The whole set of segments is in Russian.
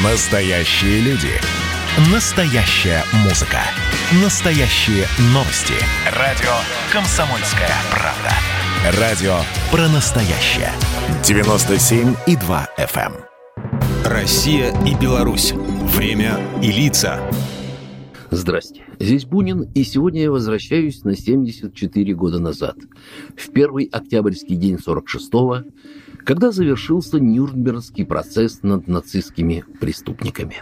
Настоящие люди. Настоящая музыка. Настоящие новости. Радио «Комсомольская правда». Радио про настоящее. 97,2 FM. Россия и Беларусь. Время и лица. Здрасте, здесь Бунин, и сегодня я возвращаюсь на 74 года назад, в первый октябрьский день 46-го, когда завершился Нюрнбергский процесс над нацистскими преступниками.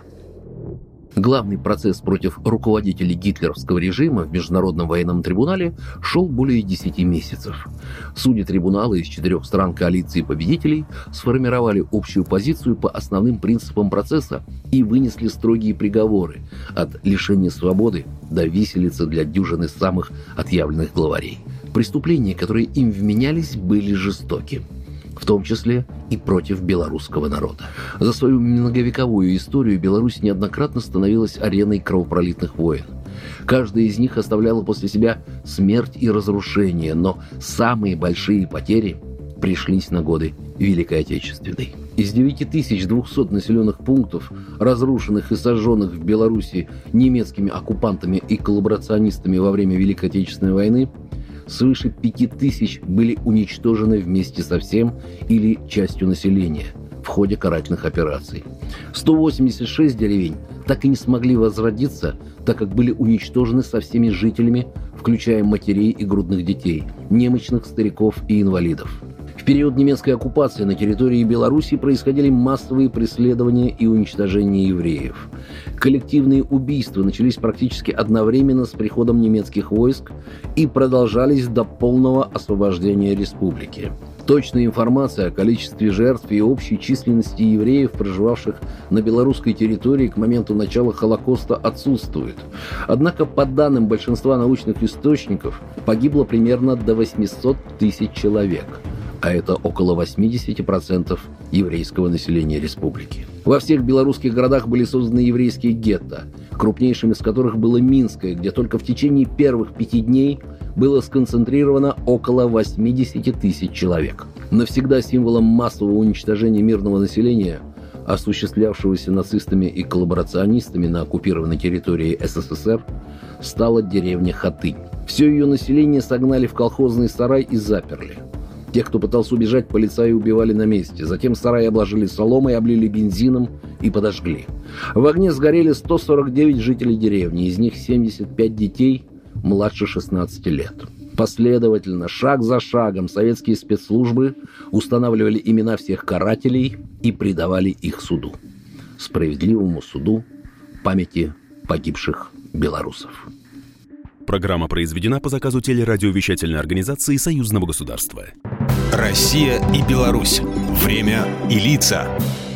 Главный процесс против руководителей гитлеровского режима в Международном военном трибунале шел более 10 месяцев. Судьи трибунала из 4 стран коалиции победителей сформировали общую позицию по основным принципам процесса и вынесли строгие приговоры от лишения свободы до виселицы для дюжины самых отъявленных главарей. Преступления, которые им вменялись, были жестоки, в том числе и против белорусского народа. За свою многовековую историю Беларусь неоднократно становилась ареной кровопролитных войн. Каждая из них оставляла после себя смерть и разрушение, но самые большие потери пришлись на годы Великой Отечественной. Из 9200 населенных пунктов, разрушенных и сожженных в Беларуси немецкими оккупантами и коллаборационистами во время Великой Отечественной войны, свыше 5000 были уничтожены вместе со всем или частью населения в ходе карательных операций. 186 деревень так и не смогли возродиться, так как были уничтожены со всеми жителями, включая матерей и грудных детей, немощных стариков и инвалидов. В период немецкой оккупации на территории Беларуси происходили массовые преследования и уничтожение евреев. Коллективные убийства начались практически одновременно с приходом немецких войск и продолжались до полного освобождения республики. Точная информация о количестве жертв и общей численности евреев, проживавших на белорусской территории к моменту начала Холокоста, отсутствует. Однако, по данным большинства научных источников, погибло примерно до 800 тысяч человек, а это около 80% еврейского населения республики. Во всех белорусских городах были созданы еврейские гетто, крупнейшим из которых было Минское, где только в течение первых 5 дней было сконцентрировано около 80 тысяч человек. Навсегда символом массового уничтожения мирного населения, осуществлявшегося нацистами и коллаборационистами на оккупированной территории СССР, стала деревня Хатынь. Все ее население согнали в колхозный сарай и заперли. Тех, кто пытался убежать, полицаи убивали на месте. Затем сарай обложили соломой, облили бензином и подожгли. В огне сгорели 149 жителей деревни, из них 75 детей младше 16 лет. Последовательно, шаг за шагом, советские спецслужбы устанавливали имена всех карателей и предавали их суду. Справедливому суду памяти погибших белорусов. Программа произведена по заказу телерадиовещательной организации Союзного государства. Россия и Беларусь. Время и лица.